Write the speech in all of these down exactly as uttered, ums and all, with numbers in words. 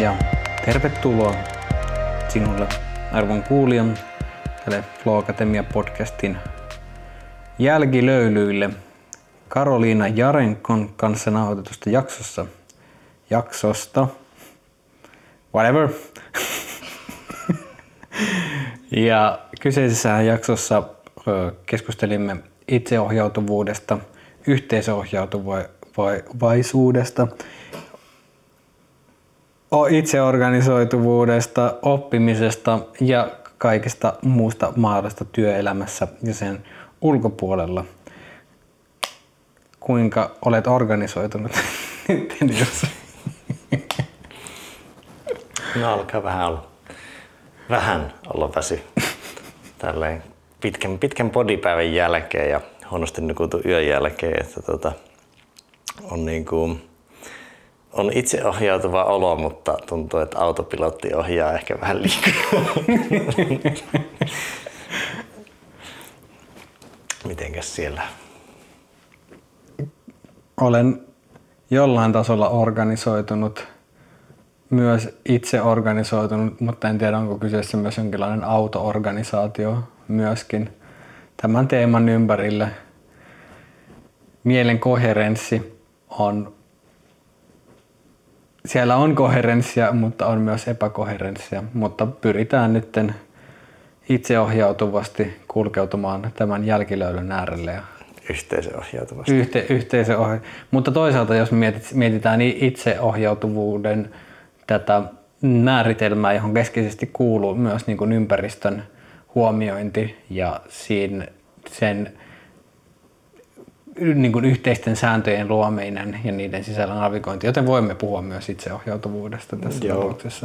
Ja tervetuloa sinulle arvon kuulija tälle Flow Akatemia podcastin jälkilöylyille Karoliina Jarenkon kanssa nauhoitetusta jaksossa. Jaksosta. Whatever. Ja kyseisessä jaksossa keskustelimme itseohjautuvuudesta, yhteisöohjautuvaisuudesta, itseorganisoituvuudesta, oppimisesta ja kaikesta muusta mahdollisesta työelämässä ja sen ulkopuolella. Kuinka olet organisoitunut nyt, jos? No alkaa vähän olla, vähän olla väsy tälleen pitkän, pitkän podipäivän jälkeen ja huonosti nukutun yön jälkeen, että tota, on niin kuin, on itseohjautuva olo, mutta tuntuu, että autopilotti ohjaa ehkä vähän liikaa. Mitenkäs siellä? Olen jollain tasolla organisoitunut, myös itse organisoitunut, mutta en tiedä, onko kyseessä myös jonkinlainen auto-organisaatio myöskin tämän teeman ympärille. Mielen koherenssi on, siellä on koherenssia, mutta on myös epäkoherenssia, mutta pyritään nytten itseohjautuvasti kulkeutumaan tämän jälkilöylyn äärelle. Ja Yhteisöohjautuvasti. Yhte, yhteisöohja- mutta toisaalta jos mietitään itseohjautuvuuden tätä määritelmää, johon keskeisesti kuuluu myös niin kuin ympäristön huomiointi ja siinä sen niin kuin yhteisten sääntöjen luominen ja niiden sisällä navigointi, joten voimme puhua myös itseohjautuvuudesta tässä Joo. tapauksessa.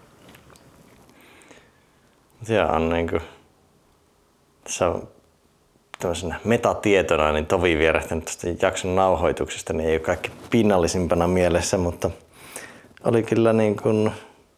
Se on niin kuin, tässä on tämmöisenä metatietona niin tovi vierähtänyt tästä jakson nauhoituksesta, niin ei ole kaikki pinnallisimpana mielessä, mutta oli kyllä niin kuin,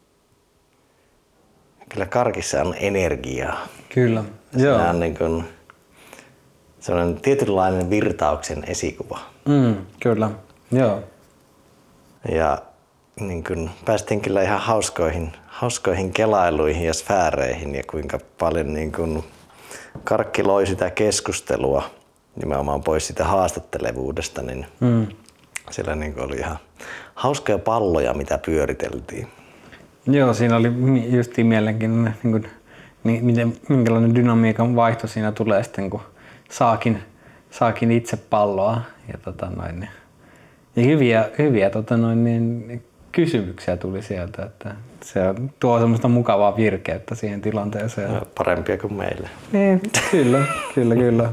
kyllä karkissa on energiaa. Kyllä, se joo. on niin kuin sellainen tietynlainen virtauksen esikuva. Mm, kyllä, joo. Ja niin kuin päästiin kyllä ihan hauskoihin, hauskoihin kelailuihin ja sfääreihin ja kuinka paljon niin kuin karkki loi sitä keskustelua nimenomaan pois sitä haastattelevuudesta, niin mm. siellä niin kuin oli ihan hauskoja palloja, mitä pyöriteltiin. Joo, siinä oli justiin mielenkiintoinen, niin kuin, niin, miten, minkälainen dynamiikan vaihto siinä tulee sitten, kun saakin, saakin itse palloa. Ja, tota noin, ja hyviä, hyviä tota noin, niin, kysymyksiä tuli sieltä, että se tuo semmoista mukavaa virkeyttä siihen tilanteeseen. No, parempia kuin meille. Niin, kyllä, kyllä, kyllä.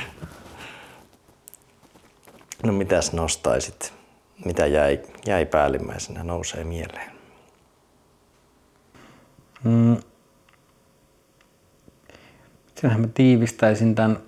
No mitäs nostaisit? Mitä jäi, jäi päällimmäisenä nousee mieleen? Mm. Senhän mä tiivistäisin tämän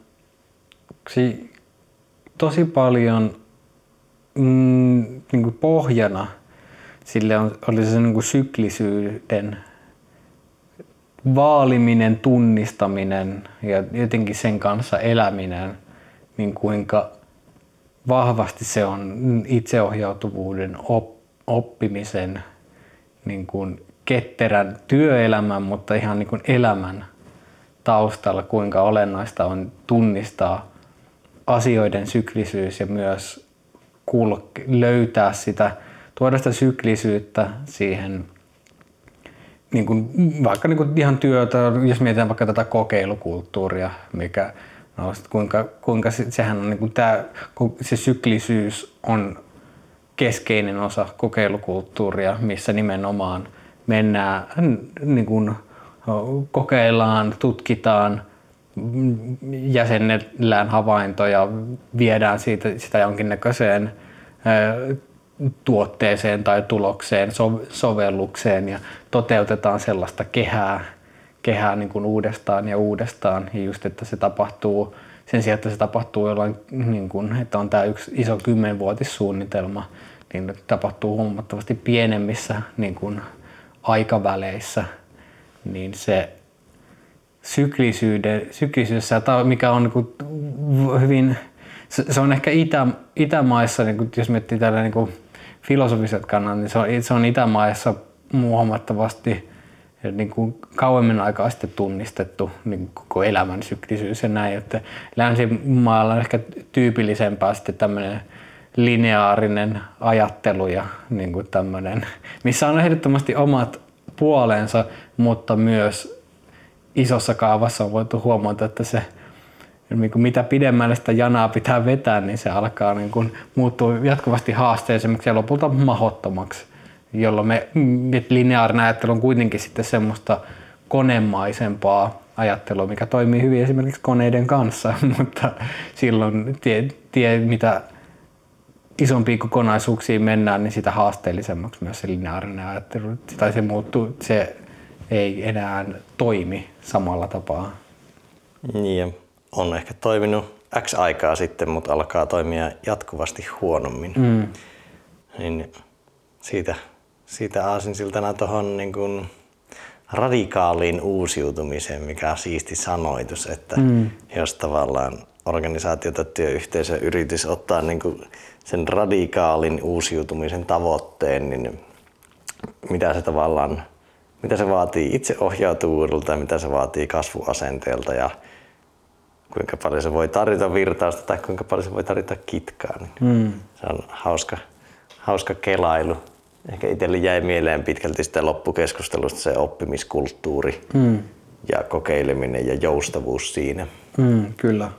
tosi paljon mm, niin kuin pohjana. Sille on, oli se niin kuin syklisyyden vaaliminen, tunnistaminen ja jotenkin sen kanssa eläminen, niin kuinka vahvasti se on itseohjautuvuuden op, oppimisen, niin kuin ketterän työelämän, mutta ihan niin kuin elämän taustalla, kuinka olennaista on tunnistaa asioiden syklisyys ja myös kulke, löytää sitä, tuoda sitä syklisyyttä siihen, niin kuin, vaikka niin kuin ihan työtä, jos mietitään vaikka tätä kokeilukulttuuria, mikä, no, kuinka, kuinka se, sehän on niin kuin tämä, se syklisyys on keskeinen osa kokeilukulttuuria, missä nimenomaan mennään, niin kuin, kokeillaan, tutkitaan, jäsennellään havaintoja, viedään siitä, sitä jonkinnäköiseen tuotteeseen tai tulokseen, sovellukseen ja toteutetaan sellaista kehää, kehää niin kuin uudestaan ja uudestaan. Ja just, että se tapahtuu, sen sijaan, että se tapahtuu jollain, niin kuin, että on tämä yksi iso kymmenvuotissuunnitelma, niin tapahtuu huomattavasti pienemmissä niin kuin aikaväleissä, niin se syklisyyden, syklisyys, mikä on niin kuin hyvin, se on ehkä itä, Itämaissa, niin kuin, jos miettii tällä niin kuin filosofiset kannat, niin se on, se on Itämaissa huomattavasti niin kuin kauemmin aikaa sitten tunnistettu niin koko elämän syklisyys ja näin, että länsimaalla on ehkä tyypillisempää sitten tämmöinen lineaarinen ajattelu ja niin kuin tämmöinen, missä on ehdottomasti omat puolensa, mutta myös isossa kaavassa on voitu huomata, että se niin kuin mitä pidemmälle sitä janaa pitää vetää, niin se alkaa niin kuin muuttua jatkuvasti haasteisemmaksi ja lopulta mahdottomaksi, jolloin me lineaarinen ajattelu on kuitenkin sitten semmoista konemaisempaa ajattelua, mikä toimii hyvin esimerkiksi koneiden kanssa, mutta silloin tie, tie mitä isompiin kokonaisuuksiin mennään, niin sitä haasteellisemmaksi myös se lineaarinen ajattelu, tai se muuttuu, se ei enää toimi samalla tapaa. Niin, on ehkä toiminut X aikaa sitten, mutta alkaa toimia jatkuvasti huonommin. Mm. Niin siitä, siitä aasinsiltana tuohon niin kuin radikaaliin uusiutumiseen, mikä on siisti sanoitus, että mm. jos tavallaan organisaatio tai työyhteisö yritys ottaa niin kuin sen radikaalin uusiutumisen tavoitteen, niin mitä se tavallaan, mitä se vaatii itseohjautuvuudelta ja mitä se vaatii kasvuasenteelta ja kuinka paljon se voi tarjota virtausta tai kuinka paljon se voi tarjota kitkaa. Niin mm. Se on hauska, hauska kelailu. Ehkä itselle jäi mieleen pitkälti sitä loppukeskustelusta se oppimiskulttuuri mm. ja kokeileminen ja joustavuus siinä. Mm, kyllä.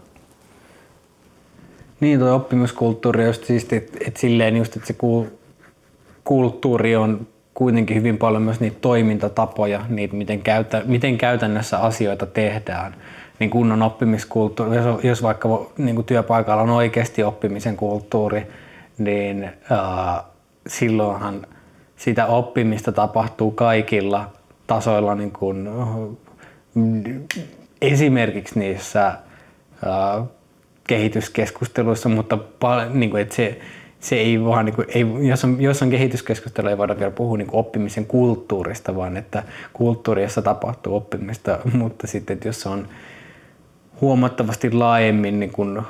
Niin, tuo oppimiskulttuuri just siisti, että et silleen just, että se kulttuuri on kuitenkin hyvin paljon myös niitä toimintatapoja, niitä miten, käytä, miten käytännössä asioita tehdään. Niin kunnon oppimiskulttuuri, jos, jos vaikka niin kuin työpaikalla on oikeasti oppimisen kulttuuri, niin ää, silloinhan sitä oppimista tapahtuu kaikilla tasoilla, niin kuin, esimerkiksi niissä ää, kehityskeskusteluissa, mutta niin kuin, että se, se ei vaan, niin kuin, ei, jos, on, jos on kehityskeskustelu, ei voida vielä puhua niin kuin oppimisen kulttuurista, vaan että kulttuurissa tapahtuu oppimista, mutta sitten että jos on huomattavasti laajemmin niin kuin,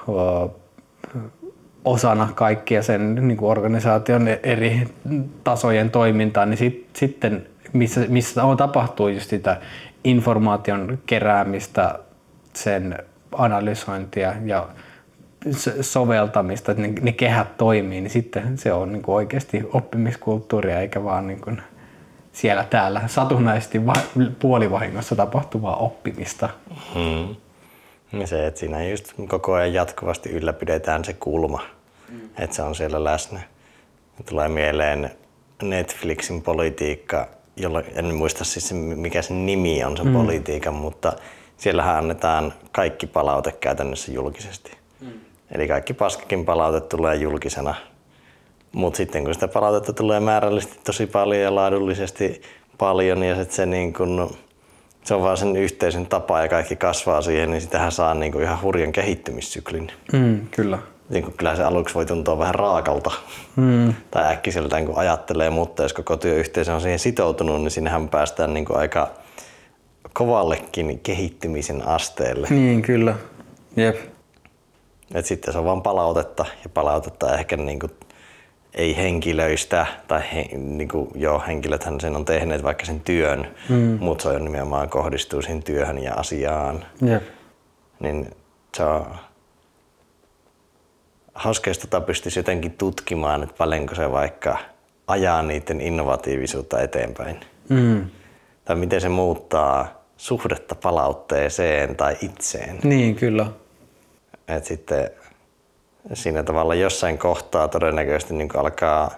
osana kaikkia sen niin kuin organisaation eri tasojen toimintaa, niin sit, sitten missä, missä on tapahtuu just sitä informaation keräämistä, sen analysointia ja soveltamista, että ne, ne kehät toimii, niin sitten se on niin kuin oikeasti oppimiskulttuuria eikä vaan niin kuin siellä täällä satunnaisesti puolivahingossa tapahtuvaa oppimista. Hmm. Ja se, että siinä just koko ajan jatkuvasti ylläpidetään se kulma, mm. että se on siellä läsnä. Tulee mieleen Netflixin politiikka, jolla en muista siis mikä sen nimi on sen mm. politiikan, mutta siellähän annetaan kaikki palaute käytännössä julkisesti. Mm. Eli kaikki paskakin palaute tulee julkisena, mutta sitten kun sitä palautetta tulee määrällisesti tosi paljon ja laadullisesti paljon ja sitten se niin kun se on vaan sen yhteisen tapa ja kaikki kasvaa siihen, niin sitähän saa niinku ihan hurjan kehittymissyklin. Mm, kyllä. Niin kyllä se aluksi voi tuntua vähän raakalta mm. tai äkkiseltään kun ajattelee, mutta jos koko työyhteisö on siihen sitoutunut, niin sinnehän päästään niinku aika kovallekin kehittymisen asteelle. Niin, kyllä. Jep. Et sitten se on vaan palautetta ja palautetta ehkä niinku ei henkilöistä, tai he, niin kuin, joo, henkilöthän sen on tehneet vaikka sen työn, mm. mutta se on nimenomaan kohdistuu siihen työhön ja asiaan. Yep. Niin se on hauska, jos tota pystyisi jotenkin tutkimaan, että paljonko se vaikka ajaa niiden innovatiivisuutta eteenpäin. Mm. Tai miten se muuttaa suhdetta palautteeseen tai itseen. Niin, kyllä. Et sitten siinä tavalla jossain kohtaa todennäköisesti niin alkaa,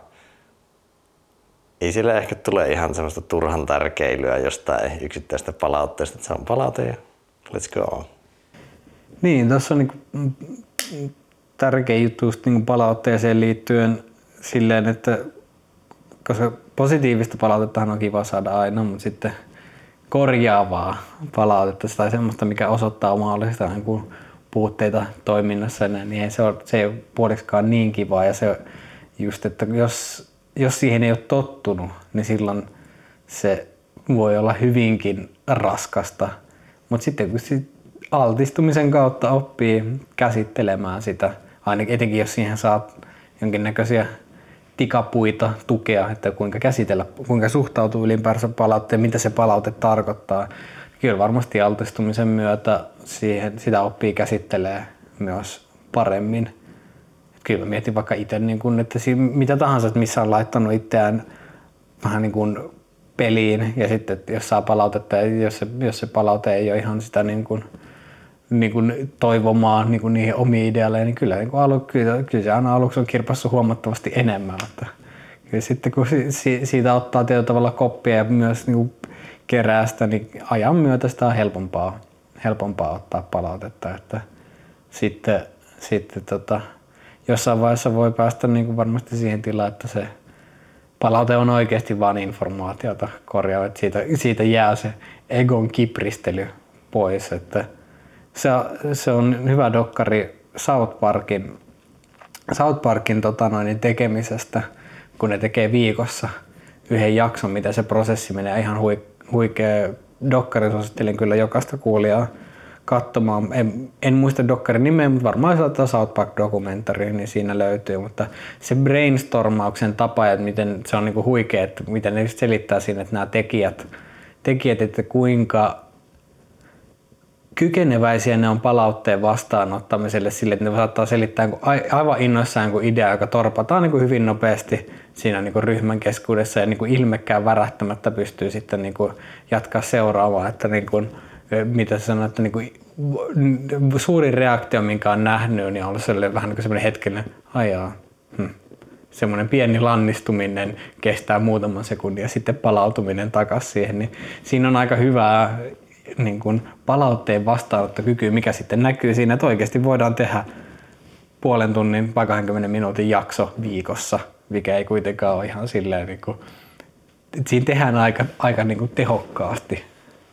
ei sillä ehkä tule ihan semmoista turhan tärkeilyä jostain yksittäistä palautteesta, että se on palaute ja let's go. Niin, tässä on niin tärkeä juttu just niin palautteeseen liittyen silleen, että koska positiivista palautettahan on kiva saada aina, mutta sitten korjaavaa palautetta tai semmoista, mikä osoittaa mahdollista niin puutteita toiminnassa, niin ei se, ole, se ei ole puoliksikaan niin kivaa. Ja se just, että jos, jos siihen ei ole tottunut, niin silloin se voi olla hyvinkin raskasta. Mutta sitten kun sit altistumisen kautta oppii käsittelemään sitä, ainakin etenkin jos siihen saat jonkinnäköisiä tikapuita tukea, että kuinka käsitellä, kuinka suhtautuu ylipäänsä palautteen, mitä se palaute tarkoittaa. Kyllä varmasti altistumisen myötä siihen, sitä oppii käsittelee myös paremmin. Kyllä mietin vaikka itse, niin kun, että mitä tahansa, että missä on laittanut itseään vähän niin kuin peliin ja sitten että jos saa palautetta ja jos se, jos se palaute ei ole ihan sitä niin kuin, niin kuin toivomaa niin kuin niihin omiin idealeihin, niin kyllä, niin kuin alu, kyllä, kyllä se aina aluksi on kirpassut huomattavasti enemmän. Että kyllä sitten kun si, siitä ottaa tietyllä tavalla koppia ja myös niin kuin kerää sitä, niin ajan myötä sitä on helpompaa, helpompaa ottaa palautetta. Että sitten, sitten tota, jossain vaiheessa voi päästä niin kuin varmasti siihen tilaan, että se palaute on oikeasti vain informaatiota korjaa, että siitä, siitä jää se egon kipristely pois. Että se, se on hyvä dokkari South Parkin, South Parkin tota noin, tekemisestä, kun ne tekee viikossa yhden jakson, mitä se prosessi menee. Ihan huikea dokkari, suosittelen kyllä jokaista kuulijaa katsomaan. En, en muista dokkarin nimeä, mutta varmaan saattaa South Park-dokumentari, niin siinä löytyy. Mutta se brainstormauksen tapa, että miten se on niinku huikea, että miten ne selittää siinä, että nämä tekijät, tekijät, että kuinka kykeneväisiä ne on palautteen vastaanottamiselle sille, että ne saattaa selittää aivan innoissaan joku idea, joka torpataan niin kuin hyvin nopeasti siinä niin kuin ryhmän keskuudessa ja niin kuin ilmekkään värähtämättä pystyy sitten niin kuin jatkaa seuraavaa. Että niin kuin, mitä sanoit, että niin kuin suurin reaktio, minkä on nähnyt, niin on ollut sellainen, vähän niin kuin sellainen hetkinen, ajaa, hm. semmoinen pieni lannistuminen kestää muutaman sekunnin ja sitten palautuminen takaisin siihen, niin siinä on aika hyvää niin kuin palautteen vastaanottokyky, mikä sitten näkyy siinä, että oikeasti voidaan tehdä puolen tunnin vai kaksikymmentä minuutin jakso viikossa, mikä ei kuitenkaan ole ihan silleen, niin kuin, että siinä tehdään aika, aika niin kuin tehokkaasti.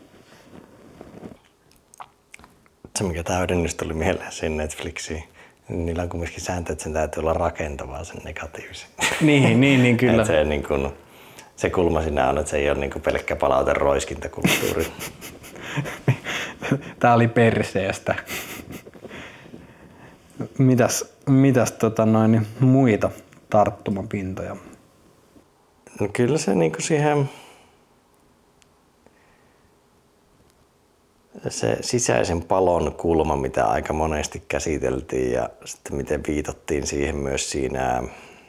Se, mikä täydennys tuli mieleen siinä Netflixiin, niillä on kumminkin sääntö, että sen täytyy olla rakentavaa sen negatiivisen. Niin, niin, niin kyllä. se, niin kuin, se kulma siinä on, että se ei ole niin kuin pelkkä palaute roiskintakulttuuri. Tää oli perseestä. Mitäs, mitäs tota noin, muita tarttumapintoja? No kyllä se niinku siihen se sisäisen palon kulma, mitä aika monesti käsiteltiin ja sitten miten viitattiin siihen myös siinä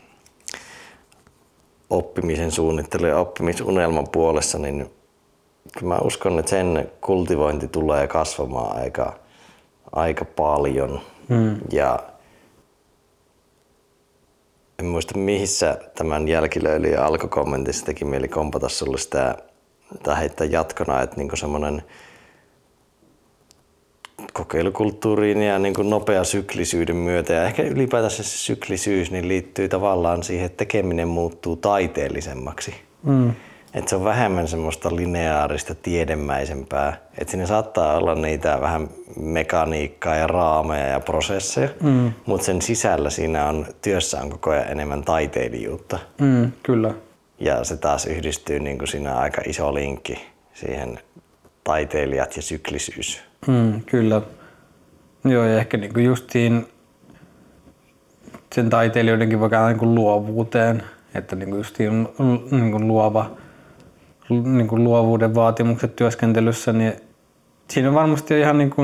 oppimisen suunnittelu ja oppimisunelman puolessa, niin mä uskon, että sen kultivointi tulee kasvamaan aika, aika paljon. Hmm. Ja en muista missä tämän jälkilöilijä alkukommentissa teki mieli kompata sulle sitä tai heittää jatkona, että niinku semmoinen kokeilukulttuuriin ja niin kuin nopea syklisyyden myötä ja ehkä ylipäätään se syklisyys niin liittyy tavallaan siihen, että tekeminen muuttuu taiteellisemmaksi. Mm. Että se on vähemmän semmoista lineaarista tiedemäisempää. Että siinä saattaa olla niitä vähän mekaniikkaa ja raameja ja prosesseja, mm. mutta sen sisällä siinä on työssä on koko ajan enemmän taiteilijuutta. Mm, kyllä. Ja se taas yhdistyy niin kuin siinä aika iso linkki siihen taiteilijat ja syklisyys. Mm, kyllä. Joo, ja ehkä niinku justiin sen taiteilijoidenkin vaikka niinku luovuuteen, että niinku justiin niinku luova, niinku luovuuden vaatimukset työskentelyssä, niin siinä varmasti on ihan niinku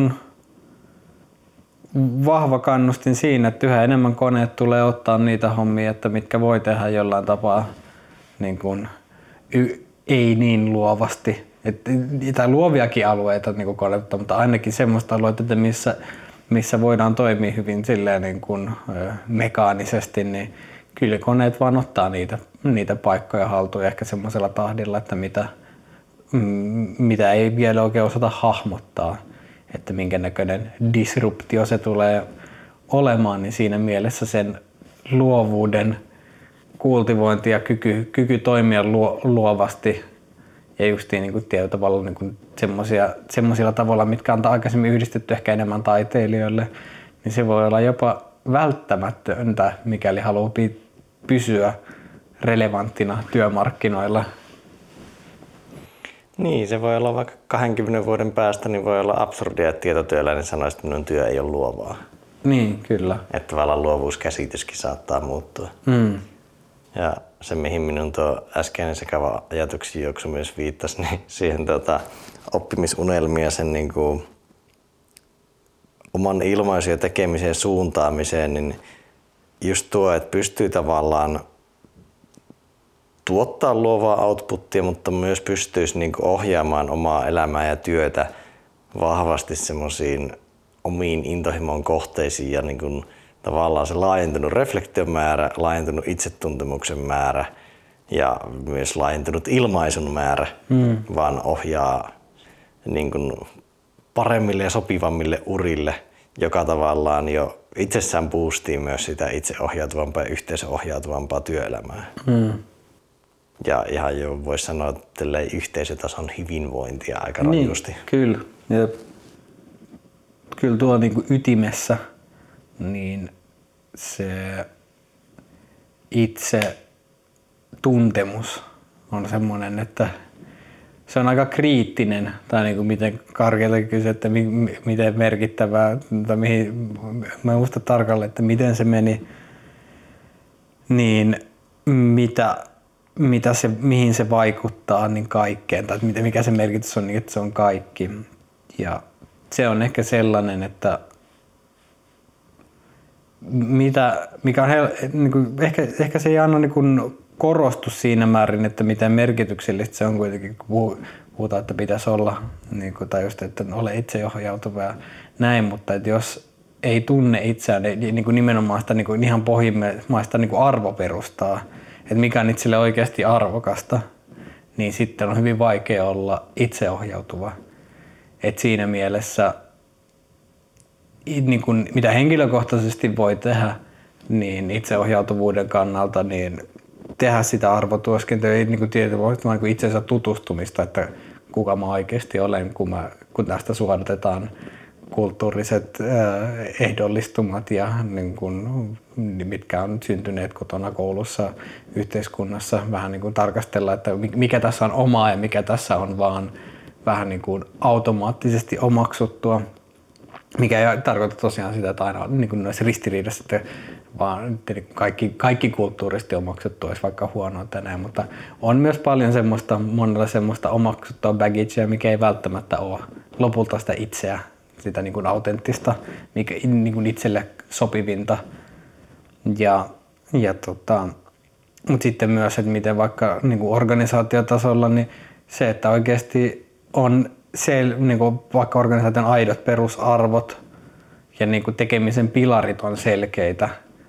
vahva kannustin siinä, että yhä enemmän koneet tulee ottaa niitä hommia, että mitkä voi tehdä jollain tapaa niinku, y- ei niin luovasti. Että, tai luoviakin alueita niin kuin koneutta, mutta ainakin semmoista alueita, missä, missä voidaan toimia hyvin silleen, niin kuin, ö, mekaanisesti, niin kyllä koneet vaan ottaa niitä, niitä paikkoja haltuun ehkä semmoisella tahdilla, että mitä, mm, mitä ei vielä oikein osata hahmottaa, että minkä näköinen disruptio se tulee olemaan, niin siinä mielessä sen luovuuden kultivointi ja kyky, kyky toimia luo, luovasti ja justiin niin kuin tietyllä tavalla niin semmoisilla tavoilla, mitkä on aikaisemmin yhdistetty ehkä enemmän taiteilijoille, niin se voi olla jopa välttämätöntä, mikäli haluaa pysyä relevanttina työmarkkinoilla. Niin, se voi olla vaikka kahdenkymmenen vuoden päästä, niin voi olla absurdia, että tietotyöläinen sanoisi, että minun työ ei ole luovaa. Niin, kyllä. Että tavallaan luovuuskäsityskin saattaa muuttua. Mm. Ja se, mihin minun tuo äskeinen sekava ajatuksen juoksu myös viittasi, niin siihen tuota, oppimisunelmia sen niin kuin, oman ilmaisun ja tekemiseen suuntaamiseen, niin just tuo, että pystyy tavallaan tuottaa luovaa outputtia, mutta myös pystyisi niin kuin ohjaamaan omaa elämää ja työtä vahvasti semmoisiin omiin intohimon kohteisiin ja niin kuin tavallaan se laajentunut reflektion määrä, laajentunut itsetuntemuksen määrä ja myös laajentunut ilmaisun määrä, mm. vaan ohjaa niin kuin paremmille ja sopivammille urille, joka tavallaan jo itsessään boostii myös sitä itseohjautuvampaa ja yhteisöohjautuvampaa työelämää. Mm. Ja ihan jo voisi sanoa, että yhteisötason hyvinvointia aika rajusti. Niin, kyllä. Ja kyllä tuo niin kuin ytimessä niin se itse tuntemus on semmoinen, että se on aika kriittinen, tai niin kuin miten karkealta kysyä, että mi, miten merkittävää, tai mihin, mä en muista tarkalleen, että miten se meni, niin mitä, mitä se, mihin se vaikuttaa niin kaikkeen, tai mikä se merkitys on, niin että se on kaikki. Ja se on ehkä sellainen, että mitä, mikä on hel, niin kuin, ehkä, ehkä se ei anna niin kuin korostu siinä määrin, että miten merkityksellistä se on kuitenkin, kun puhutaan, että pitäisi olla, niin kuin, tai just, että ole itseohjautuva ja näin, mutta että jos ei tunne itseään, niin kuin nimenomaan sitä niin kuin ihan pohjimmaista niin kuin arvoperustaa, että mikä on itselle oikeasti arvokasta, niin sitten on hyvin vaikea olla itseohjautuva. Et siinä mielessä, niin kun, mitä henkilökohtaisesti voi tehdä, niin itseohjautuvuuden kannalta niin tehdä sitä arvotuoskentelyä, niin tietysti niin itsensä tutustumista, että kuka mä oikeasti olen, kun, mä, kun tästä suoritetaan kulttuuriset äh, ehdollistumat ja niin kun, mitkä on syntyneet kotona, koulussa, yhteiskunnassa, vähän niin kuin tarkastella, että mikä tässä on omaa ja mikä tässä on vaan vähän niin kuin automaattisesti omaksuttua, mikä ei tarkoita tosiaan sitä, että aina on niin kuin noissa ristiriidassa, että vaan kaikki, kaikki kulttuurisesti omaksuttua olisi vaikka huonoa tänään, mutta on myös paljon semmoista, monella semmoista omaksuttua baggagea, mikä ei välttämättä ole lopulta sitä itseä, sitä niin kuin autenttista, mikä niin kuin itselle sopivinta. Ja, ja tota, mutta sitten myös, että miten vaikka niin kuin organisaatiotasolla, niin se, että oikeasti on sel, niin kuin vaikka organisaation aidot perusarvot ja niin kuin tekemisen pilarit on selkeitä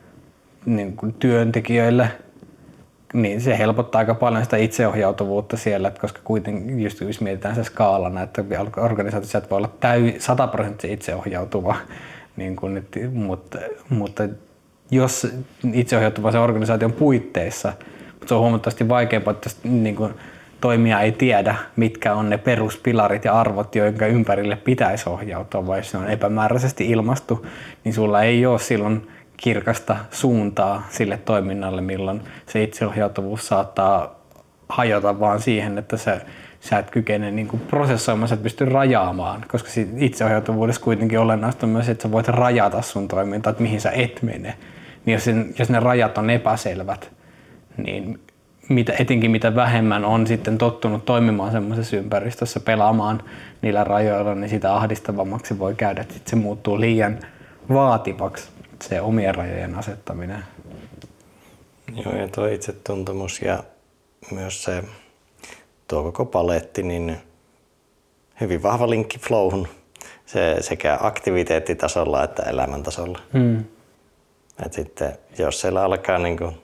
niin kuin työntekijöille, niin se helpottaa aika paljon sitä itseohjautuvuutta siellä, koska kuitenkin just jos mietitään se skaalana, että organisaatiossa voi olla sata prosenttia itseohjautuva, niin kuin, mutta, mutta jos itseohjautuva se organisaation puitteissa, mutta se on huomattavasti vaikeampaa, että niin kuin toimija ei tiedä, mitkä on ne peruspilarit ja arvot, joiden ympärille pitäisi ohjautua, vai jos se on epämääräisesti ilmastu, niin sulla ei ole silloin kirkasta suuntaa sille toiminnalle, milloin se itseohjautuvuus saattaa hajota vaan siihen, että sä, sä et kykene niin kuin prosessoimaan, sä et pysty rajaamaan, koska itseohjautuvuudessa kuitenkin olennaista on myös, että sä voit rajata sun toimintaa, että mihin sä et mene. Niin jos, sen, jos ne rajat on epäselvät, niin mitä, etenkin mitä vähemmän on sitten tottunut toimimaan semmoisessa ympäristössä, pelaamaan niillä rajoilla, niin sitä ahdistavammaksi voi käydä, että se muuttuu liian vaativaksi, se omien rajojen asettaminen. Joo, ja tuo itsetuntemus ja myös se tuo koko paletti, niin hyvin vahva linkki flowhun se sekä aktiviteettitasolla että elämäntasolla. Hmm. Et sitten jos siellä alkaa niin kuin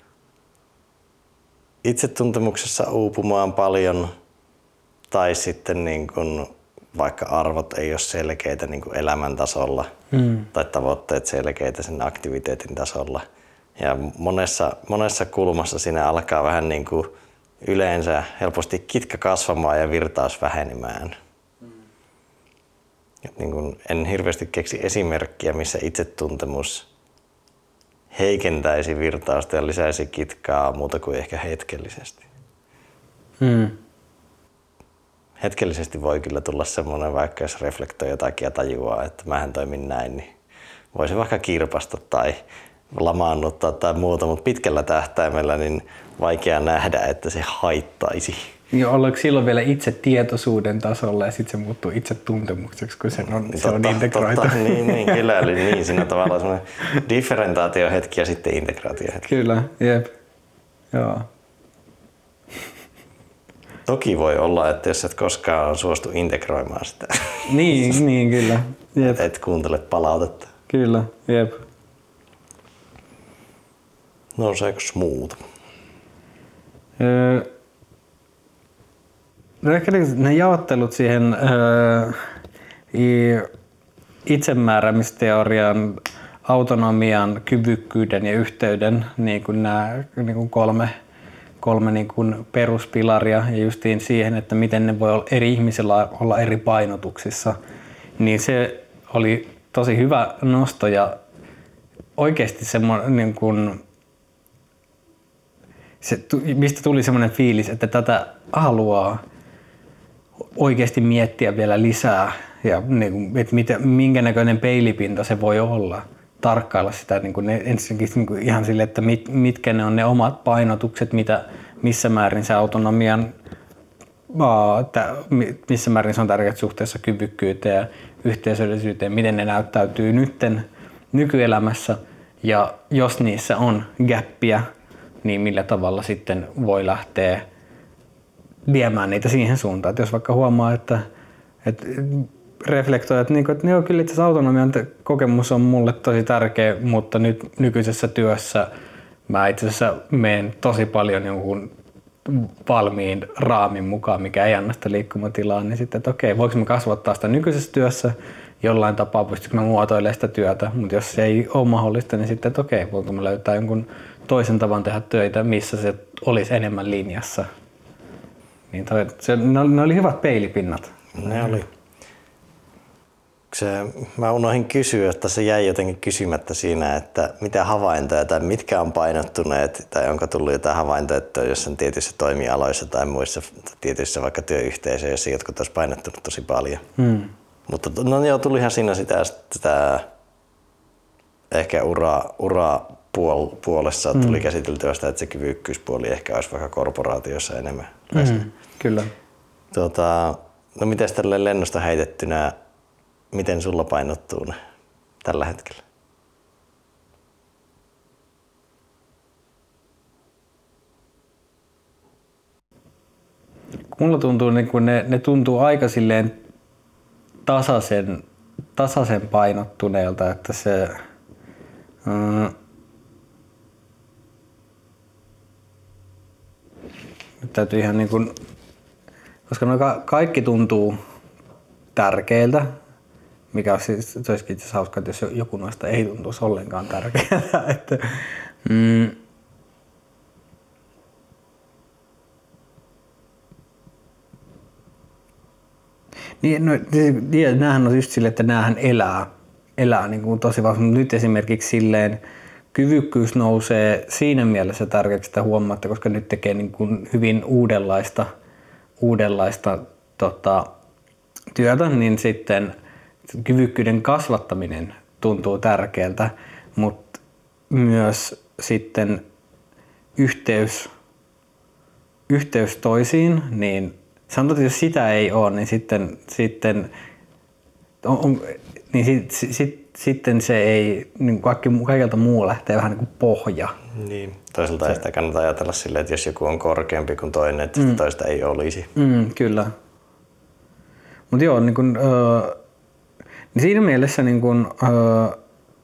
itsetuntemuksessa uupumaan paljon tai sitten niin kuin vaikka arvot ei ole selkeitä niin kuin elämäntasolla mm. tai tavoitteet selkeitä sen aktiviteetin tasolla. Ja monessa, monessa kulmassa siinä alkaa vähän niin kuin yleensä helposti kitka kasvamaan ja virtaus vähenemään. Mm. Et niin kuin en hirveästi keksi esimerkkiä, missä itsetuntemus heikentäisi virtausta ja lisäisi kitkaa muuta kuin ehkä hetkellisesti. Hmm. Hetkellisesti voi kyllä tulla semmoinen, vaikka jos reflektoi jotakin ja tajuaa, että mähän toimin näin, niin voisi vaikka kirpasta tai lamaannuttaa tai muuta, mutta pitkällä tähtäimellä niin vaikea nähdä, että se haittaisi. Ja ollaanko silloin vielä itse tietoisuuden tasolla ja sitten se muuttuu itse tuntemukseksi, kun se on, se on integroitu. Totta, niin, niin, kyllä, eli niin, siinä on tavallaan semmoinen differentaatiohetki ja sitten integraatiohetki. Kyllä, jep. Joo. Toki voi olla, että jos et koskaan suostu integroimaan sitä, Niin, niin kyllä. Jep. et kuuntele palautetta. Kyllä, jep. Nouseeko muuta? Öö, no ehkä ne jaottelut siihen öö, itsemääräämisteorian, autonomian, kyvykkyyden ja yhteyden, niin kuin nämä niin kuin kolme, kolme niin kuin peruspilaria ja justiin siihen, että miten ne voi olla eri ihmisillä olla eri painotuksissa, niin se oli tosi hyvä nosto ja oikeasti semmoinen niin kuin se, mistä tuli semmoinen fiilis, että tätä haluaa oikeasti miettiä vielä lisää ja niin kuin, että mitä, minkä näköinen peilipinta se voi olla. Tarkkailla sitä niin kuin ne, ensinnäkin niin kuin ihan sille, että mit, mitkä ne on ne omat painotukset, mitä, missä määrin se autonomian, missä määrin se on tärkeää suhteessa kyvykkyyteen ja yhteisöllisyyteen, miten ne näyttäytyy nytten nykyelämässä ja jos niissä on gäppiä, niin millä tavalla sitten voi lähteä viemään niitä siihen suuntaan. Että jos vaikka huomaa, että, että reflektoi, että, niin, että joo, kyllä itse autonomian kokemus on mulle tosi tärkeä, mutta nyt nykyisessä työssä mä itse asiassa menen tosi paljon jonkun valmiin raamin mukaan, mikä ei anna sitä liikkumatilaa, niin sitten, että okei, voiko mä kasvattaa sitä nykyisessä työssä jollain tapaa, pystyykö mä muotoilemaan sitä työtä, mutta jos se ei ole mahdollista, niin sitten, että okei, voinko mä löytää jonkun toisen tavan tehdä töitä, missä se olisi enemmän linjassa. Niin toi, se, ne, ne oli hyvät peilipinnat. Ne oli. Se, mä unohdin kysyä, että se jäi jotenkin kysymättä siinä, että mitä havaintoja tai mitkä on painottuneet tai onko tullut jotain havaintoja, että jossain tietyissä toimialoissa tai muissa tietyissä vaikka työyhteisöissä, jotka olisi painottunut tosi paljon. Hmm. Mutta no joo, tulihan siinä sitä, sitä ehkä ura, ura puol, puolessa tuli hmm. käsiteltyä sitä, että se kyvykkyyspuoli ehkä olisi vaikka korporaatiossa enemmän läsnä. Hmm. Kyllä. Tuota, no mites tälleen lennosta heitettynä, miten sulla painottuu ne tällä hetkellä? Mulla tuntuu, niin kun ne, ne tuntuu aika silleen tasaisen, tasaisen painottuneelta, että se mm, nyt täytyy ihan niin kuin, koska no ka- kaikki tuntuu tärkeiltä, mikä olisi, se olisikin itse asiassa hauskaa, että jos joku noista ei tuntuisi ollenkaan tärkeältä. että, mm, Niin, no, niin, näähän on just silleen, että näähän elää, elää niin kuin tosi vahvasti. Nyt esimerkiksi silleen kyvykkyys nousee siinä mielessä tärkeäksi, että huomaatte, koska nyt tekee niin kuin hyvin uudenlaista, uudenlaista tota, työtä, niin sitten kyvykkyyden kasvattaminen tuntuu tärkeältä, mutta myös sitten yhteys, yhteys toisiin, niin sanotaan, että jos sitä ei ole, niin sitten, sitten, on, on, niin sit, sit, sitten se ei, niin kaikki, kaikelta muu lähtee vähän niin kuin pohja. Niin. Toisaalta ei sitä kannata ajatella silleen, että jos joku on korkeampi kuin toinen, että mm. toista ei olisi. Mm, kyllä. Mutta joo, niin, kun, äh, niin siinä mielessä niin kun, äh,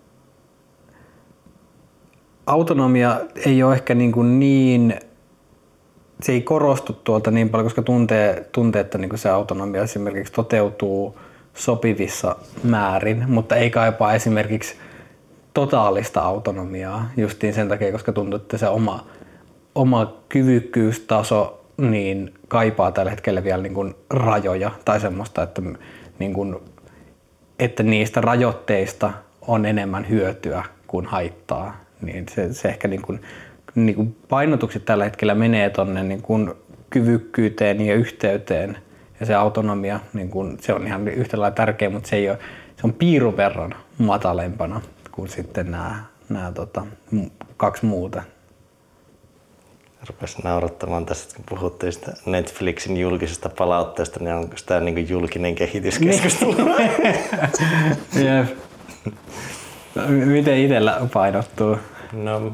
autonomia ei ole ehkä niin, kuin niin se ei korostu tuolta niin paljon, koska tuntee, tuntee että niin se autonomia esimerkiksi toteutuu sopivissa määrin, mutta ei kaipaa esimerkiksi totaalista autonomiaa justiin sen takia, koska tuntuu, että se oma, oma kyvykkyystaso niin kaipaa tällä hetkellä vielä niin kuin rajoja tai semmoista, että, niin kuin, että niistä rajoitteista on enemmän hyötyä kuin haittaa. Niin se, se ehkä niin kuin, niin kuin painotukset tällä hetkellä menee tuonne niin kuin kyvykkyyteen ja yhteyteen ja se autonomia niin kuin, se on ihan yhtä lailla tärkeä, mutta se, ei ole, se on piirun verran matalempana kuin sitten nämä, nämä tota, kaksi muuta. Rupesin naurattamaan tässä, kun puhuttiin sitä Netflixin julkisesta palautteesta, niin onko tämä niin julkinen kehityskeskustelu? Jep. Miten itsellä painottuu? No,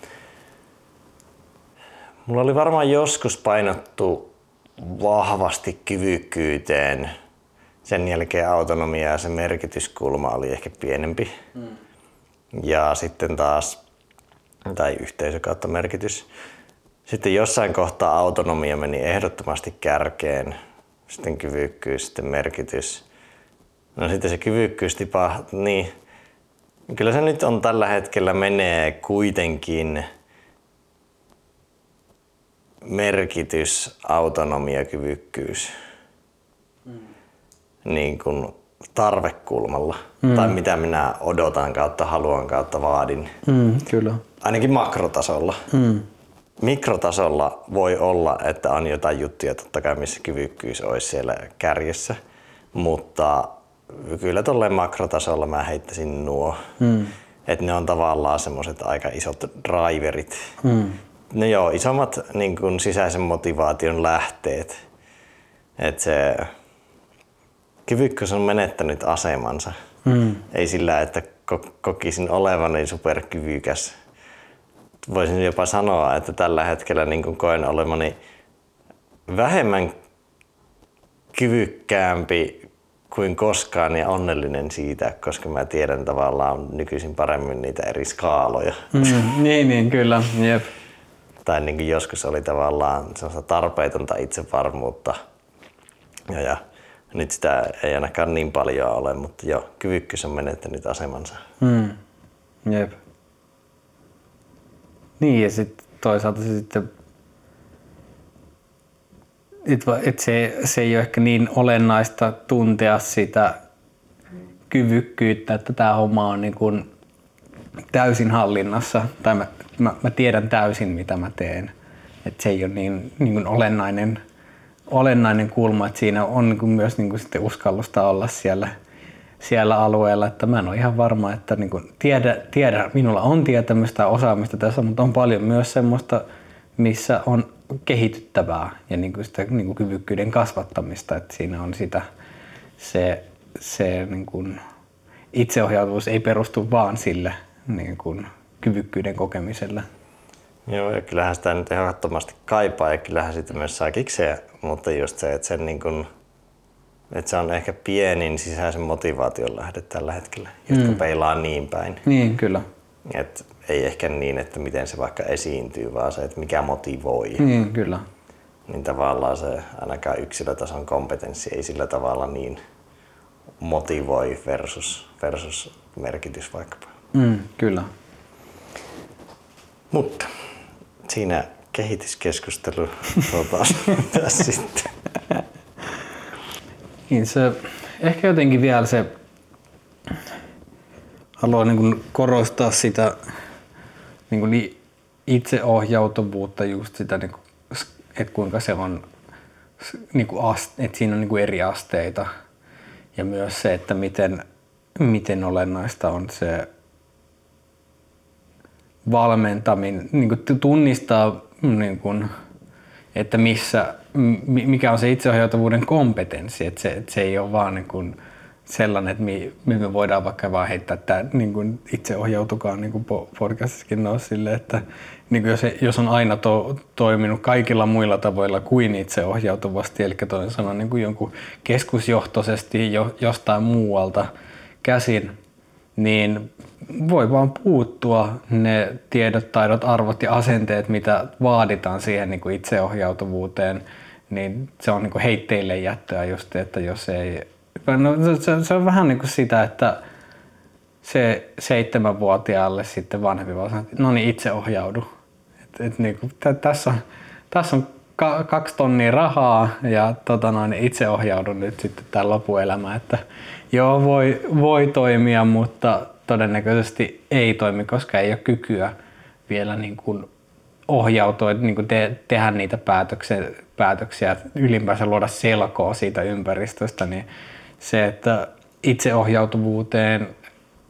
mulla oli varmaan joskus painottu vahvasti kyvykkyyteen. Sen jälkeen autonomia ja se merkityskulma oli ehkä pienempi. Mm. Ja sitten taas, tai yhteisö kautta merkitys. Sitten jossain kohtaa autonomia meni ehdottomasti kärkeen. Sitten kyvykkyys, sitten merkitys. No sitten se kyvykkyys tipahti, niin kyllä se nyt on tällä hetkellä menee kuitenkin merkitys, autonomia, kyvykkyys. Mm. Niin kuin tarvekulmalla. Mm. Tai mitä minä odotan kautta haluan kautta vaadin. Mm, kyllä. Ainakin makrotasolla. Mm. Mikrotasolla voi olla, että on jotain juttuja totta kai, missä kyvykkyys olisi siellä kärjessä. Mutta kyllä tolleen makrotasolla mä heittäisin nuo. Mm. Että ne on tavallaan semmoiset aika isot driverit. Mm. No joo, isommat niin kun sisäisen motivaation lähteet. Että se kyvykkyys on menettänyt asemansa. Mm. Ei sillä, että kokisin olevani superkyvykäs. Voisin jopa sanoa, että tällä hetkellä niin kun koen olevani vähemmän kyvykkäämpi kuin koskaan ja onnellinen siitä, koska mä tiedän tavallaan nykyisin paremmin niitä eri skaaloja. Mm, niin, niin, kyllä. Jep. Tai niin kuin joskus oli tavallaan sellaista tarpeetonta itsevarmuutta. Ja, ja nyt sitä ei ainakaan niin paljon ole, mutta jo, kyvykkyys on menettänyt asemansa. Mm. Jep. Niin ja sitten toisaalta se sitten, että et se, se ei ole ehkä niin olennaista tuntea sitä kyvykkyyttä, että tämä homma on niin kuin täysin hallinnassa tai mä, mä, mä tiedän täysin mitä mä teen. Että se ei ole niin, niin kuin olennainen, olennainen kulma, että siinä on niin kuin myös niin kuin sitten uskallusta olla siellä, siellä alueella, että mä en ole ihan varma, että niin kuin tiedä, tiedä, minulla on tietämystä ja osaamista tässä, mutta on paljon myös semmoista, missä on kehityttävää ja niin kuin sitä niin kuin kyvykkyyden kasvattamista, että siinä on sitä se, se niin kuin itseohjautuvuus ei perustu vaan sille niin kuin kyvykkyyden kokemiselle. Joo, ja kyllähän sitä nyt ehdottomasti kaipaa ja kyllähän sitä myös saa kikseä, mutta just se, että, sen niin kuin, että se on ehkä pienin sisäisen motivaation lähde tällä hetkellä, jotka mm. peilaa niin päin. Niin, kyllä. Et ei ehkä niin, että miten se vaikka esiintyy, vaan se, että mikä motivoi. Niin, kyllä. Niin tavallaan se ainakaan yksilötason kompetenssi ei sillä tavalla niin motivoi versus, versus merkitys vaikkapa. Mm, kyllä. Mutta siinä kehityskeskustelu tuota, tässä sitten. Niin se, ehkä jotenkin vielä se, haluan niin kuin korostaa sitä niin kuin itseohjautuvuutta, just sitä, niin kuin, että kuinka se on, niin kuin aste, että siinä on niin kuin eri asteita. Ja myös se, että miten, miten olennaista on se valmentaminen, niin kuin tunnistaa, niin kuin, että missä, mikä on se itseohjautuvuuden kompetenssi. Että se, että se ei ole vaan niin kuin sellainen, että me, me voidaan vaikka vaan heittää tämä niin kuin itseohjautukaan niin kuin podcastissakin nousi silleen, että niin kuin jos, jos on aina to, toiminut kaikilla muilla tavoilla kuin itseohjautuvasti, eli toinen sanoen niin kuin jonkun keskusjohtoisesti jo, jostain muualta käsin, niin voi vaan puuttua ne tiedot, taidot, arvot ja asenteet, mitä vaaditaan siihen niin kuin itseohjautuvuuteen, niin se on niin kuin heitteille jättöä just, että jos ei. No, se, se on vähän niin kuin sitä, että se seitsemänvuotiaalle sitten vanhempi vaan sanoo, että no niin, itseohjaudu. Et, et niin kuin, t- tässä on, tässä on ka- kaksi tonnia rahaa ja tota noin, itseohjaudu nyt sitten tämän lopuelämä, että joo, voi, voi toimia, mutta todennäköisesti ei toimi, koska ei ole kykyä vielä niin kuin ohjautua, niin kuin te, tehdä niitä päätöksiä, päätöksiä, ylipäänsä luoda selkoa siitä ympäristöstä, niin se, että itseohjautuvuuteen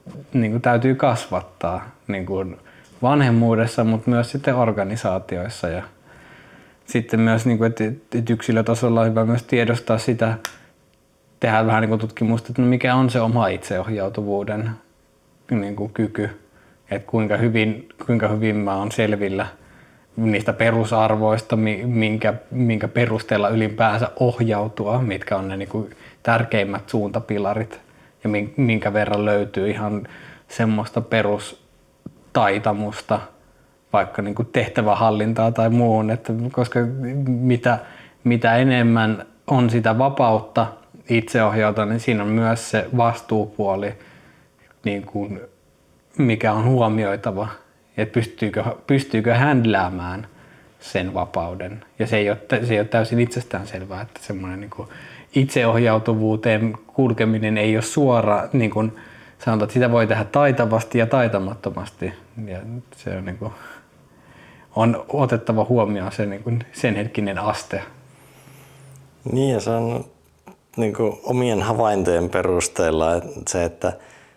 niin kuin täytyy kasvattaa niin kuin vanhemmuudessa, mutta myös sitten organisaatioissa. Ja sitten myös, niin kuin, että, että yksilötasolla on hyvä myös tiedostaa sitä, tehdään vähän niin kuin tutkimusta, että mikä on se oma itseohjautuvuuden niin kuin kyky, että kuinka hyvin, kuinka hyvin mä oon selvillä niistä perusarvoista, minkä, minkä perusteella ylipäänsä ohjautua, mitkä on ne niin kuin tärkeimmät suuntapilarit ja minkä verran löytyy ihan semmoista perustaitamusta, vaikka niin kuin tehtävähallintaa tai muun, että koska mitä, mitä enemmän on sitä vapautta itseohjautua, niin siinä on myös se vastuupuoli, niin kuin, mikä on huomioitava, että pystyykö, pystyykö händläämään sen vapauden. Ja se ei ole, se ei ole täysin itsestäänselvää, että semmoinen niin kuin itseohjautuvuuteen kulkeminen ei ole suora, niin kuin sanotaan, että sitä voi tehdä taitavasti ja taitamattomasti. Ja se on, niin kuin, on otettava huomioon se, niin kuin, sen hetkinen aste. Niin ja se on niin kuin omien havaintojen perusteella että se, että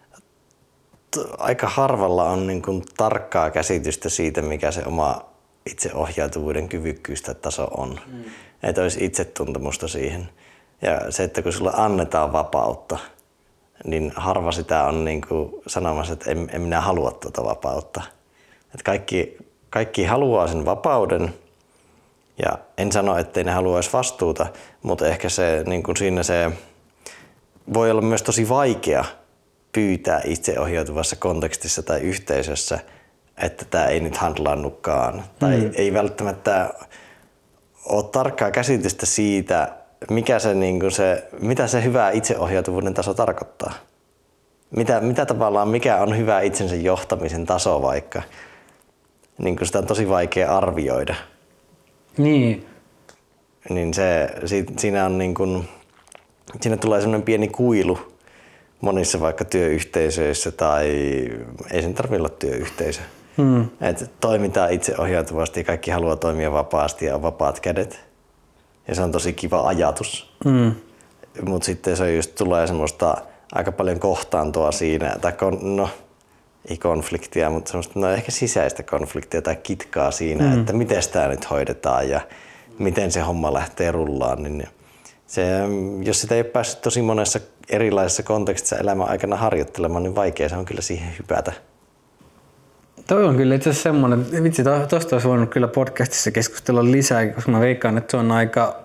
aika harvalla on niin kuin tarkkaa käsitystä siitä, mikä se oma itseohjautuvuuden kyvykkyys tai taso on. Mm. Että olisi itsetuntemusta siihen. Ja se, että kun sulle annetaan vapautta, niin harva sitä on niin kuin sanomassa, että en, en minä halua tuota vapautta. Että kaikki, kaikki haluaa sen vapauden. Ja en sano, ettei ne haluaisi vastuuta, mutta ehkä se, niin kuin siinä se voi olla myös tosi vaikea pyytää itseohjautuvassa kontekstissa tai yhteisössä, että tämä ei nyt handlaannukaan. Mm. Tai ei välttämättä ole tarkkaa käsitystä siitä, mikä se, niin kuin se, mitä se hyvä itseohjautuvuuden taso tarkoittaa. Mitä, mitä tavallaan, mikä on hyvä itsensä johtamisen taso vaikka. Niin kuin sitä on tosi vaikea arvioida. Niin. Niin se, siinä, on niin kuin, siinä tulee semmoinen pieni kuilu monissa vaikka työyhteisöissä tai ei sen tarvitse olla työyhteisö. Hmm. Että toimitaan itseohjautuvasti ja kaikki haluaa toimia vapaasti ja on vapaat kädet. Ja se on tosi kiva ajatus. Hmm. Mutta sitten se just tulee semmoista aika paljon kohtaantoa siinä, tai kon, no ei konfliktia, mutta semmoista no ehkä sisäistä konfliktia tai kitkaa siinä, hmm. että miten sitä nyt hoidetaan ja miten se homma lähtee rullaan. Niin se, jos sitä ei ole päässyt tosi monessa erilaisessa kontekstissa elämän aikana harjoittelemaan, niin vaikea se on kyllä siihen hypätä. Toi on kyllä itse asiassa semmoinen, vitsi, tuosta olisi voinut kyllä podcastissa keskustella lisää, koska mä veikkaan, että se on aika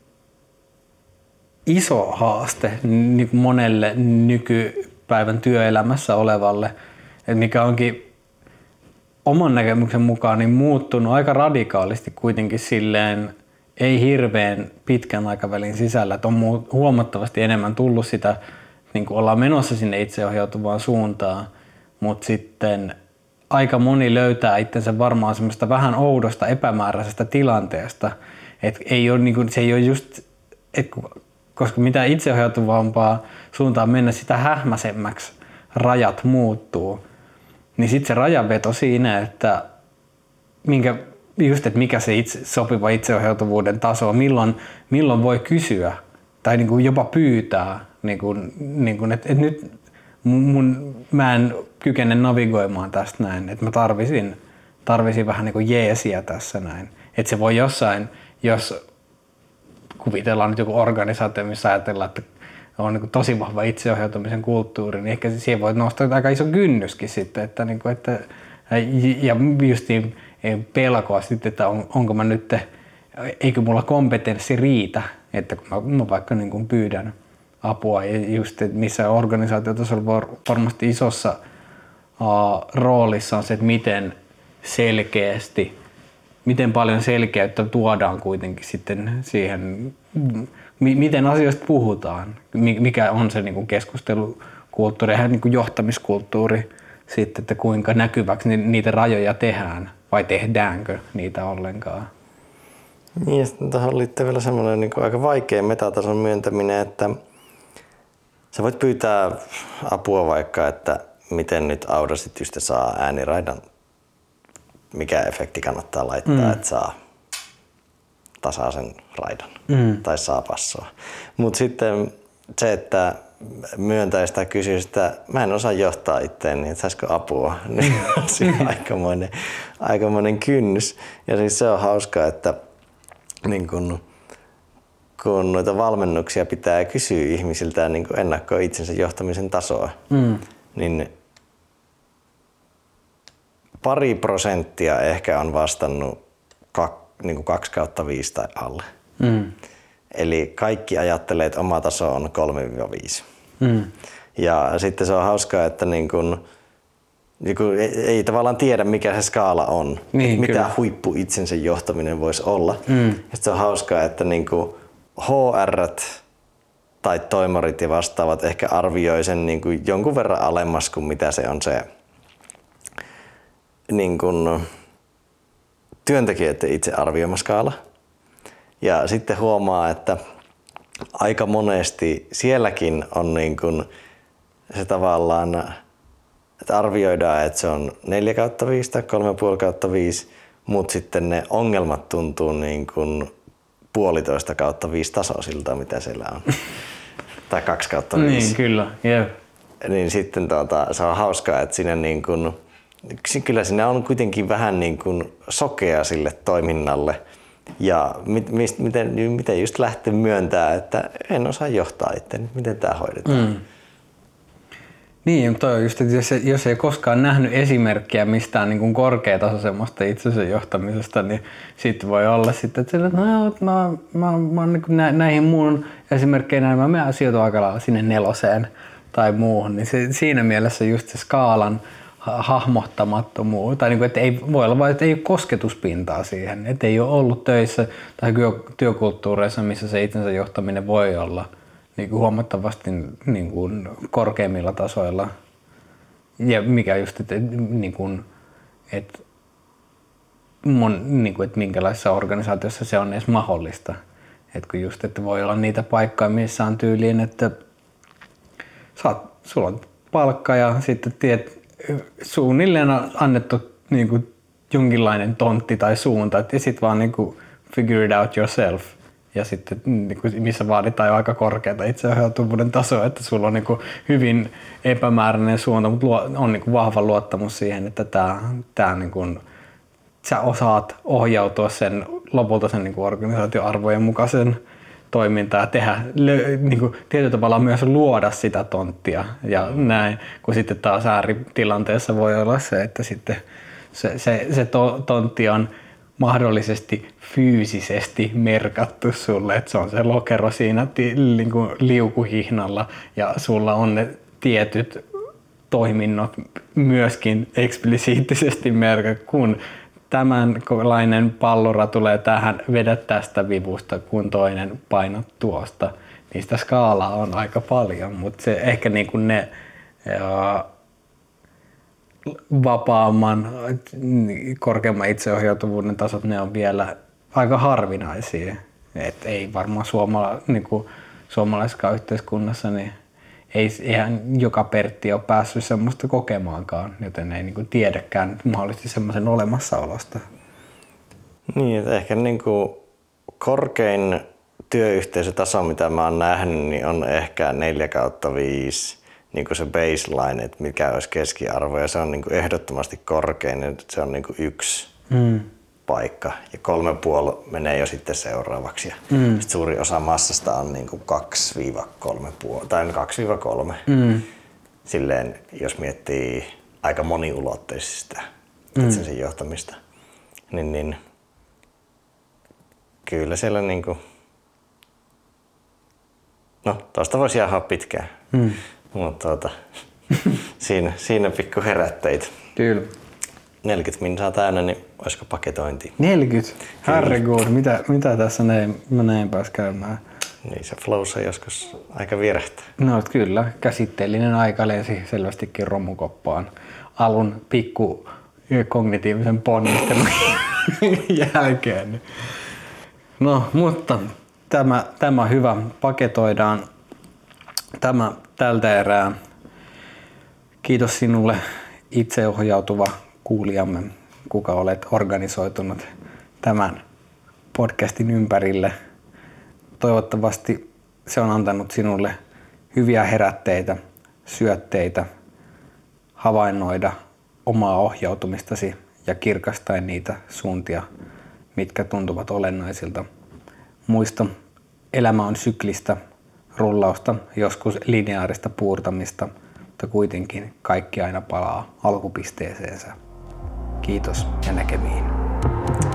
iso haaste niin monelle nykypäivän työelämässä olevalle, että mikä onkin oman näkemyksen mukaan niin muuttunut aika radikaalisti kuitenkin silleen, ei hirveän pitkän aikavälin sisällä, että on huomattavasti enemmän tullut sitä, niin kuin ollaan menossa sinne itseohjautuvaan suuntaan, mutta sitten aika moni löytää itsensä varmaan semmoista vähän oudosta epämääräisestä tilanteesta, että ei ole, niin kuin, se ei ole just, että koska mitä itseohjautuvampaa suuntaan mennä, sitä hähmäisemmäksi rajat muuttuu, niin sitten se rajanveto siinä, että minkä just, että mikä se itse, sopiva itseohjautuvuuden taso, milloin, milloin voi kysyä tai niin kuin jopa pyytää, niin kuin, niin kuin, että, että nyt mun, mä en kykene navigoimaan tästä näin, että mä tarvisin, tarvisin vähän niin kuin jeesiä tässä näin. Että se voi jossain, jos kuvitellaan nyt joku organisaatio, missä ajatellaan, että on niin kuin tosi vahva itseohjautumisen kulttuuri, niin ehkä siihen voi nostaa aika iso kynnyskin sitten, että, niin kuin, että ja justiin pelkoa sitten, että on, onko mä nyt, eikö mulla kompetenssi riitä, että kun mä, mä vaikka niin kuin pyydän apua ja just, että missä organisaatiotasolla varmasti isossa uh, roolissa on se, että miten selkeästi, miten paljon selkeyttä tuodaan kuitenkin sitten siihen, m- miten asioista puhutaan, mikä on se niin kuin keskustelukulttuuri ja niin kuin johtamiskulttuuri sitten, että kuinka näkyväksi niitä rajoja tehdään vai tehdäänkö niitä ollenkaan. Niin ja sitten tähän liittyy vielä semmoinen niin kuin aika vaikea metatason myöntäminen, että sä voit pyytää apua vaikka, että miten nyt Audacitystä saa ääniraidan, mikä efekti kannattaa laittaa, mm. että saa tasaisen raidan mm. tai saa passoa. Mutta sitten se, että myöntäisi tai kysyisi, että mä en osaa johtaa itseäni, että saisiko apua. Niin on aikamoinen, aikamoinen kynnys. Ja siis se on hauskaa, että niin kun, kun noita valmennuksia pitää kysyä ihmisiltä niin kun ennakkoa itsensä johtamisen tasoa, mm. niin pari prosenttia ehkä on vastannut kak, niin kuin kaksi kautta viisi tai alle. Mm. Eli kaikki ajattelee, että oma taso on kolme viisi. Mm. Ja sitten se on hauskaa, että niin kun, niin kun ei, ei tavallaan tiedä, mikä se skaala on. Niin, mitä kyllä. huippu itsensä johtaminen voisi olla. Mm. Ja sitten se on hauskaa, että niin kun H R:t tai toimarit ja vastaavat ehkä arvioi sen niin kun jonkun verran alemmas kuin mitä se on se niin kun työntekijöiden itse arvioima skaala. Ja sitten huomaa, että aika monesti sielläkin on niin kuin se tavallaan, että arvioidaan, että se on neljä kautta viisi tai kolme pilkku viisi kautta viisi, mutta sitten ne ongelmat tuntuu niin kuin puolitoista kautta viisi tasoisilta, mitä siellä on. Tai kaksi kautta viisi. Niin, kyllä. Yeah. Niin sitten tuota, se on hauskaa, että siinä niin kuin, kyllä siinä on kuitenkin vähän niin kuin sokea sille toiminnalle. Ja mit, mit, miten, miten just lähtee myöntää, että en osaa johtaa itse, miten tämä hoidetaan. Mm. Niin, toi on just, että jos, jos ei koskaan nähnyt esimerkkiä mistään niin kuin korkeatasoisemmasta itsensä johtamisesta, niin sitten voi olla sitten, että, että no, mä, mä, mä, niin nä, näihin muun esimerkkeinä mä menen sijoitun aika lailla sinne neloseen tai muuhun. Niin se, siinä mielessä just se skaalan hahmottamattomuus, tai niin kuin, että ei, voi olla vain, että ei ole kosketuspintaa siihen, että ei ole ollut töissä tai työkulttuureissa, missä se itsensä johtaminen voi olla niin kuin huomattavasti niin kuin korkeimmilla tasoilla. Ja mikä just, että, niin kuin, että, mon, niin kuin, että minkälaisessa organisaatiossa se on edes mahdollista. Että kun just, että voi olla niitä paikkoja, missä on tyyliin, että saat, sulla on palkka ja sitten tiedät, suunnilleen on annettu niin kuin jonkinlainen tontti tai suunta ja sitten vaan niin kuin figure it out yourself ja sitten niin kuin, missä vaaditaan jo aika korkeata itseohjautuvuuden tasoa, että sulla on niin kuin hyvin epämääräinen suunta, mutta on niin kuin vahva luottamus siihen, että tää, tää niin kuin, sä osaat ohjautua sen lopulta sen niin kuin organisaatioarvojen mukaisen toimintaa ja tehdä, niin kuin, tietyllä tavalla myös luoda sitä tonttia ja näin, kun sitten taas ääritilanteessa voi olla se, että sitten se, se, se to, tontti on mahdollisesti fyysisesti merkattu sulle, että se on se lokero siinä niin kuin liukuhihnalla ja sulla on ne tietyt toiminnot myöskin eksplisiittisesti merkattu, kun tämänlainen pallura tulee tähän, vedä tästä vivusta, kun toinen painat tuosta. Niistä skaalaa on aika paljon, mutta se ehkä niin kuin ne ja, vapaamman, korkeamman itseohjautuvuuden tasot, ne on vielä aika harvinaisia. Et ei varmaan suomala, niin kuin suomalaisessa yhteiskunnassa, niin ei, eihän joka Pertti ole päässyt semmoista kokemaankaan, joten ei niin kuin tiedäkään mahdollisesti semmoisen olemassaolosta. Niin, että ehkä niin kuin korkein työyhteisötaso, mitä mä oon nähnyt, niin on ehkä neljä kautta viisi niin kuin se baseline, että mikä olisi keskiarvo, ja se on niin kuin ehdottomasti korkein, että se on niin kuin yksi mm. paikka, ja kolme puoli menee jo sitten seuraavaksi. Ja mm. sitten suuri osa massasta on niin kuin kaksi kolme puoli, tai kaksi kolme. Mm. Silleen, jos miettii aika moniulotteisista mm. itsensä johtamista, niin, niin kyllä siellä niin kuin, no tuosta voisi jäädä pitkään, mm. mutta tuota, siinä, siinä pikku herätteitä. Kyllä. neljäkymmentä minsaa täynnä, niin olisiko paketointi? neljäkymmentä? Herregud, mitä, mitä tässä näin, mä näin pääs käymään? Niin se flowssa joskus aika vierähtää. No kyllä, käsitteellinen aika lensi selvästikin romukoppaan alun pikku kognitiivisen ponnistelun jälkeen. No, mutta tämä, tämä hyvä. Paketoidaan tämä tältä erää. Kiitos sinulle itseohjautuva kuulijamme, kuka olet organisoitunut tämän podcastin ympärille. Toivottavasti se on antanut sinulle hyviä herätteitä, syötteitä, havainnoida omaa ohjautumistasi ja kirkastaen niitä suuntia, mitkä tuntuvat olennaisilta. Muista, elämä on syklistä rullausta, joskus lineaarista puurtamista, mutta kuitenkin kaikki aina palaa alkupisteeseensä. Kiitos ja näkemiin.